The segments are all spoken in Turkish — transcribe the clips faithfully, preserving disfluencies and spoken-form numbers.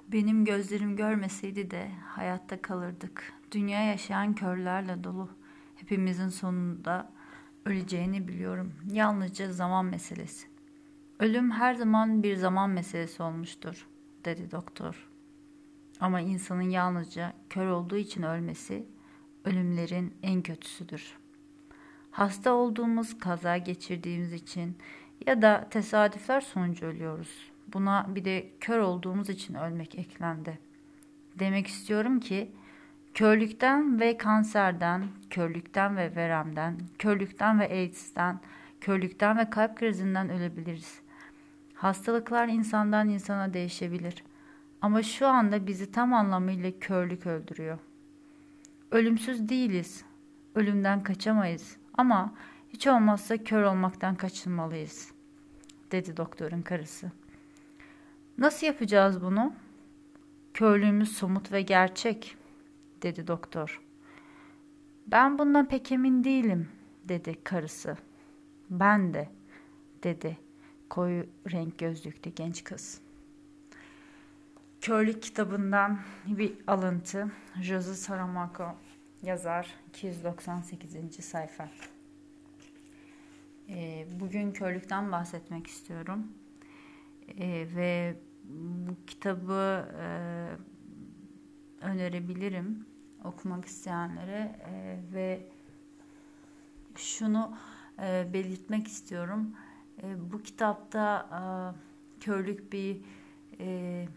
Benim gözlerim görmeseydi de hayatta kalırdık. Dünya yaşayan körlerle dolu. Hepimizin sonunda öleceğini biliyorum. Yalnızca zaman meselesi. Ölüm her zaman bir zaman meselesi olmuştur, dedi doktor. Ama insanın yalnızca kör olduğu için ölmesi, ölümlerin en kötüsüdür. Hasta olduğumuz, kaza geçirdiğimiz için ya da tesadüfler sonucu ölüyoruz. Buna bir de kör olduğumuz için ölmek eklendi. Demek istiyorum ki körlükten ve kanserden, körlükten ve veremden, körlükten ve AIDS'ten, körlükten ve kalp krizinden ölebiliriz. Hastalıklar insandan insana değişebilir. Ama şu anda bizi tam anlamıyla körlük öldürüyor. Ölümsüz değiliz. Ölümden kaçamayız. Ama hiç olmazsa kör olmaktan kaçınmalıyız, dedi doktorun karısı. Nasıl yapacağız bunu? Körlüğümüz somut ve gerçek, dedi doktor. Ben bundan pek emin değilim, dedi karısı. Ben de, dedi koyu renk gözlüklü genç kız. Körlük kitabından bir alıntı. Jose Saramago yazar, iki yüz doksan sekizinci sayfa. E, bugün körlükten bahsetmek istiyorum. E, ve bu kitabı e, önerebilirim okumak isteyenlere e, ve şunu e, belirtmek istiyorum. E, bu kitapta e, körlük bir e,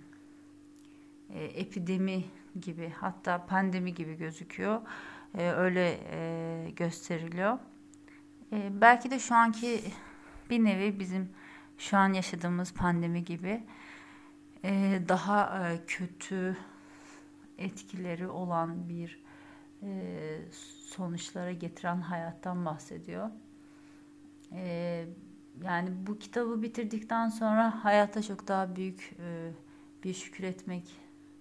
e, epidemi gibi, hatta pandemi gibi gözüküyor. E, öyle e, gösteriliyor. E, belki de şu anki bir nevi bizim şu an yaşadığımız pandemi gibi e, daha e, kötü etkileri olan bir e, sonuçlara getiren hayattan bahsediyor. E, yani bu kitabı bitirdikten sonra hayata çok daha büyük e, bir şükretmek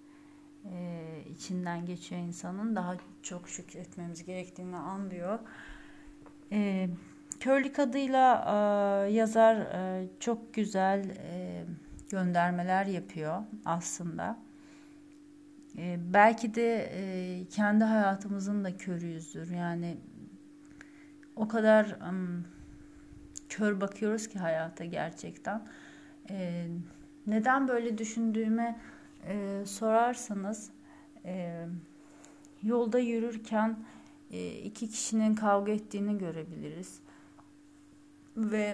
e, içinden geçiyor insanın. Daha çok şükretmemiz gerektiğini anlıyor. E, Körlük adıyla e, yazar e, çok güzel e, göndermeler yapıyor aslında. E, belki de e, kendi hayatımızın da körüyüzdür. Yani o kadar um, kör bakıyoruz ki hayata gerçekten. E, neden böyle düşündüğüme e, sorarsanız e, yolda yürürken e, iki kişinin kavga ettiğini görebiliriz. Ve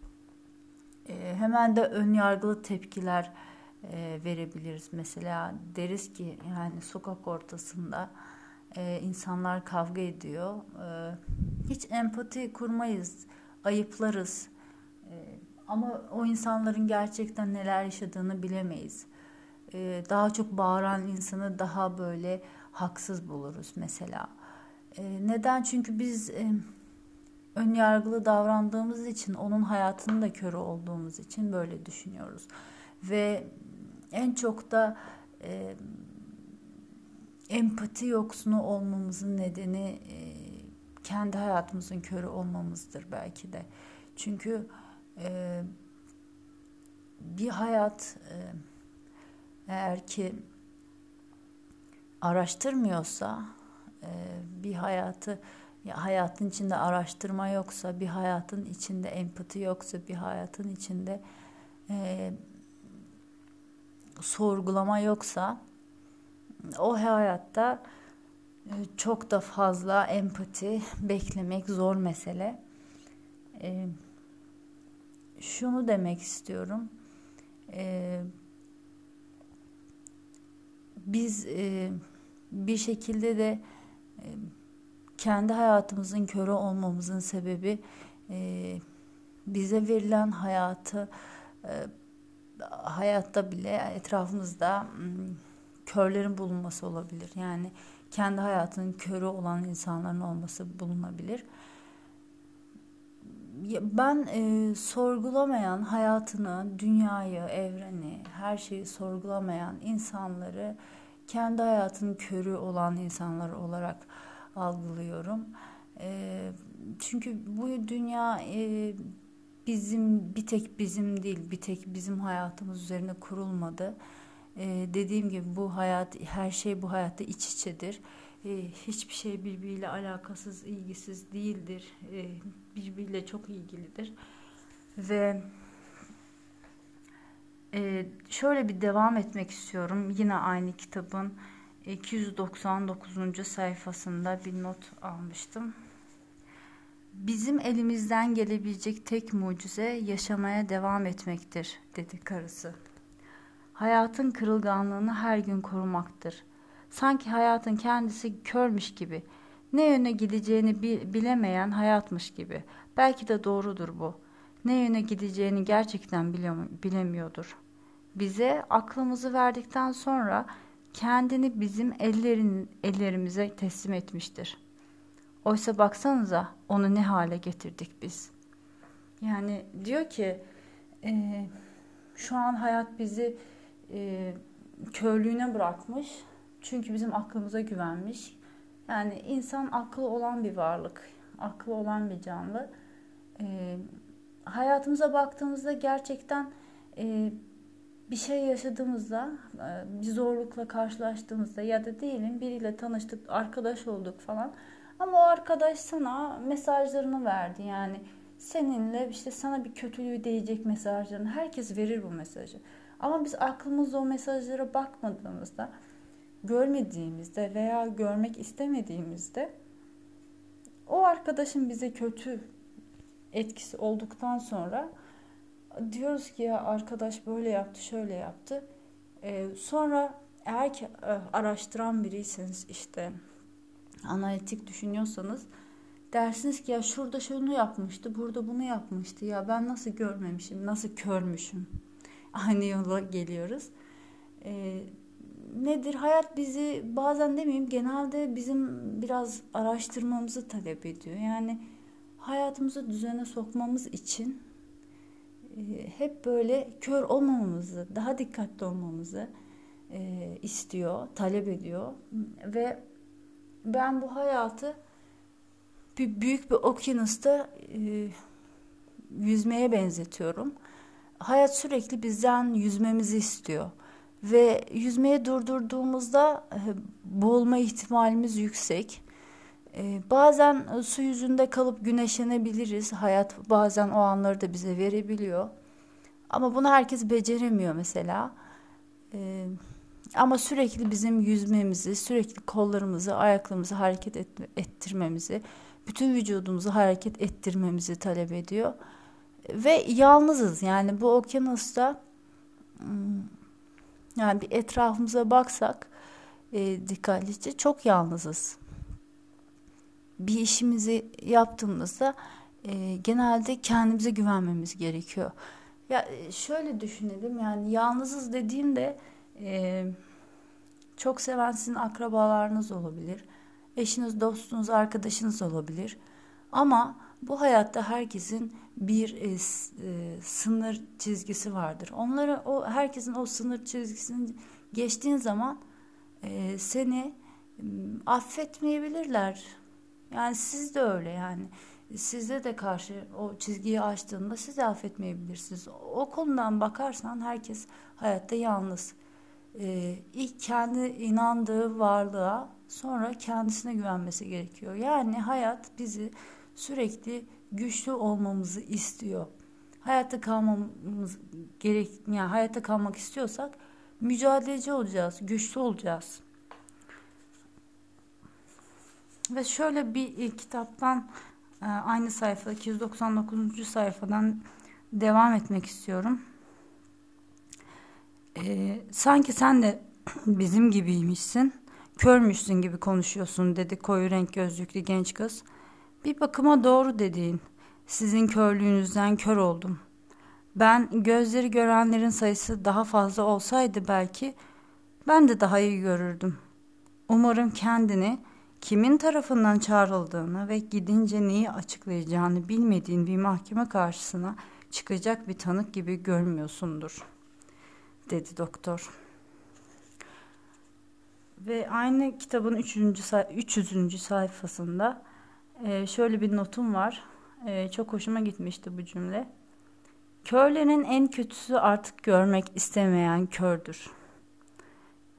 e, hemen de ön yargılı tepkiler e, verebiliriz. Mesela deriz ki yani sokak ortasında e, insanlar kavga ediyor. E, hiç empati kurmayız, ayıplarız. E, ama o insanların gerçekten neler yaşadığını bilemeyiz. E, daha çok bağıran insanı daha böyle haksız buluruz mesela. E, neden? Çünkü biz e, ön yargılı davrandığımız için, onun hayatının da körü olduğumuz için böyle düşünüyoruz. Ve en çok da e, empati yoksunu olmamızın nedeni e, kendi hayatımızın körü olmamızdır belki de. Çünkü e, bir hayat e, eğer ki araştırmıyorsa, e, bir hayatı ya hayatın içinde araştırma yoksa, bir hayatın içinde empati yoksa, bir hayatın içinde e, sorgulama yoksa, o hayatta e, çok da fazla empati beklemek zor mesele. E, şunu demek istiyorum. E, biz e, bir şekilde de e, kendi hayatımızın körü olmamızın sebebi e, bize verilen hayatı e, hayatta bile etrafımızda m, körlerin bulunması olabilir. Yani kendi hayatının körü olan insanların olması bulunabilir. Ben e, sorgulamayan, hayatını, dünyayı, evreni, her şeyi sorgulamayan insanları kendi hayatının körü olan insanlar olarak algılıyorum. E, çünkü bu dünya e, bizim bir tek bizim değil, bir tek bizim hayatımız üzerine kurulmadı. E, dediğim gibi bu hayat, her şey bu hayatta iç içedir. E, hiçbir şey birbiriyle alakasız, ilgisiz değildir. E, birbiriyle çok ilgilidir. Ve e, şöyle bir devam etmek istiyorum. Yine aynı kitabın iki yüz doksan dokuzuncu sayfasında bir not almıştım. Bizim elimizden gelebilecek tek mucize yaşamaya devam etmektir, dedi karısı. Hayatın kırılganlığını her gün korumaktır. Sanki hayatın kendisi körmüş gibi, ne yöne gideceğini bilemeyen hayatmış gibi. Belki de doğrudur bu. Ne yöne gideceğini gerçekten bilemiyordur. Bize aklımızı verdikten sonra kendini bizim ellerin, ellerimize teslim etmiştir. Oysa baksanıza onu ne hale getirdik biz. Yani diyor ki e, şu an hayat bizi e, körlüğüne bırakmış. Çünkü bizim aklımıza güvenmiş. Yani insan aklı olan bir varlık, aklı olan bir canlı. E, hayatımıza baktığımızda gerçekten e, bir şey yaşadığımızda, bir zorlukla karşılaştığımızda ya da diyelim biriyle tanıştık, arkadaş olduk falan. Ama o arkadaş sana mesajlarını verdi. Yani seninle işte sana bir kötülüğü değecek mesajlarını. Herkes verir bu mesajı. Ama biz aklımızda o mesajlara bakmadığımızda, görmediğimizde veya görmek istemediğimizde o arkadaşın bize kötü etkisi olduktan sonra diyoruz ki ya arkadaş böyle yaptı, şöyle yaptı. Ee, sonra eğer ki araştıran biriyseniz, işte analitik düşünüyorsanız dersiniz ki ya şurada şunu yapmıştı, burada bunu yapmıştı. Ya ben nasıl görmemişim, nasıl körmüşüm. Aynı yola geliyoruz. Ee, nedir? Hayat bizi bazen demeyeyim, genelde bizim biraz araştırmamızı talep ediyor. Yani hayatımızı düzene sokmamız için hep böyle kör olmamamızı, daha dikkatli olmamızı e, istiyor, talep ediyor. Ve ben bu hayatı bir büyük bir okyanusta e, yüzmeye benzetiyorum. Hayat sürekli bizden yüzmemizi istiyor. Ve yüzmeye durdurduğumuzda e, boğulma ihtimalimiz yüksek. E, bazen su yüzünde kalıp güneşlenebiliriz. Hayat bazen o anları da bize verebiliyor. Ama bunu herkes beceremiyor mesela. Ee, ama sürekli bizim yüzmemizi, sürekli kollarımızı, ayaklarımızı hareket ettirmemizi, bütün vücudumuzu hareket ettirmemizi talep ediyor. Ve yalnızız. Yani bu okyanusta, yani bir etrafımıza baksak e, dikkatlice çok yalnızız. Bir işimizi yaptığımızda e, genelde kendimize güvenmemiz gerekiyor. Ya şöyle düşünelim, yani yalnızız dediğimde e, çok seven sizin akrabalarınız olabilir, eşiniz, dostunuz, arkadaşınız olabilir. Ama bu hayatta herkesin bir e, e, sınır çizgisi vardır. Onları, o herkesin o sınır çizgisini geçtiğin zaman e, seni e, affetmeyebilirler. Yani siz de öyle yani. Sizde de karşı o çizgiyi aştığında siz de affetmeyebilirsiniz. O konudan bakarsan herkes hayatta yalnız. Ee, ilk kendi inandığı varlığa, sonra kendisine güvenmesi gerekiyor. Yani hayat bizi sürekli güçlü olmamızı istiyor. Hayatta kalmamız gerek, yani hayatta kalmak istiyorsak mücadeleci olacağız, güçlü olacağız. Ve şöyle bir kitaptan, aynı sayfa iki yüz doksan dokuzuncu sayfadan devam etmek istiyorum. Ee, sanki sen de bizim gibiymişsin, körmüşsün gibi konuşuyorsun, dedi koyu renk gözlüklü genç kız. Bir bakıma doğru dediğin. Sizin körlüğünüzden kör oldum. Ben gözleri görenlerin sayısı daha fazla olsaydı belki ben de daha iyi görürdüm. Umarım kendini kimin tarafından çağrıldığını ve gidince neyi açıklayacağını bilmediğin bir mahkeme karşısına çıkacak bir tanık gibi görmüyorsundur, dedi doktor. Ve aynı kitabın üç yüzüncü sayfasında şöyle bir notum var. Çok hoşuma gitmişti bu cümle. Körlerin en kötüsü artık görmek istemeyen kördür.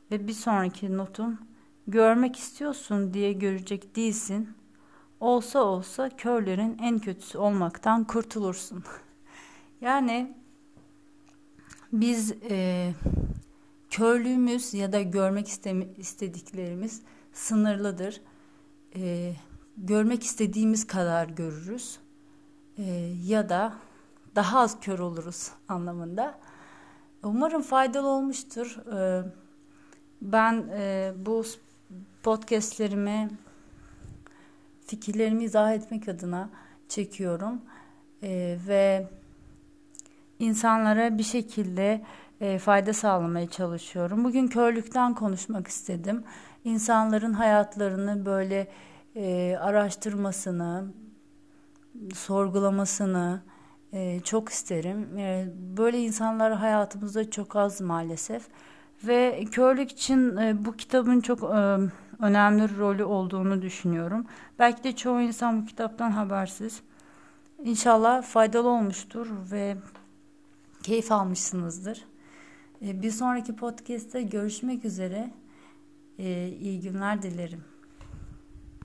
Ve bir sonraki notum, görmek istiyorsun diye görecek değilsin. Olsa olsa körlerin en kötüsü olmaktan kurtulursun. Yani biz e, körlüğümüz ya da görmek istemi- istediklerimiz sınırlıdır. E, görmek istediğimiz kadar görürüz. E, ya da daha az kör oluruz anlamında. Umarım faydalı olmuştur. E, ben e, bu podcastlerimi fikirlerimi izah etmek adına çekiyorum. E, ve insanlara bir şekilde e, fayda sağlamaya çalışıyorum. Bugün körlükten konuşmak istedim. İnsanların hayatlarını böyle e, araştırmasını, sorgulamasını e, çok isterim. E, böyle insanlar hayatımızda çok az maalesef. Ve körlük için e, bu kitabın çok e, önemli rolü olduğunu düşünüyorum. Belki de çoğu insan bu kitaptan habersiz. İnşallah faydalı olmuştur ve keyif almışsınızdır. Bir sonraki podcast'te görüşmek üzere. İyi günler dilerim.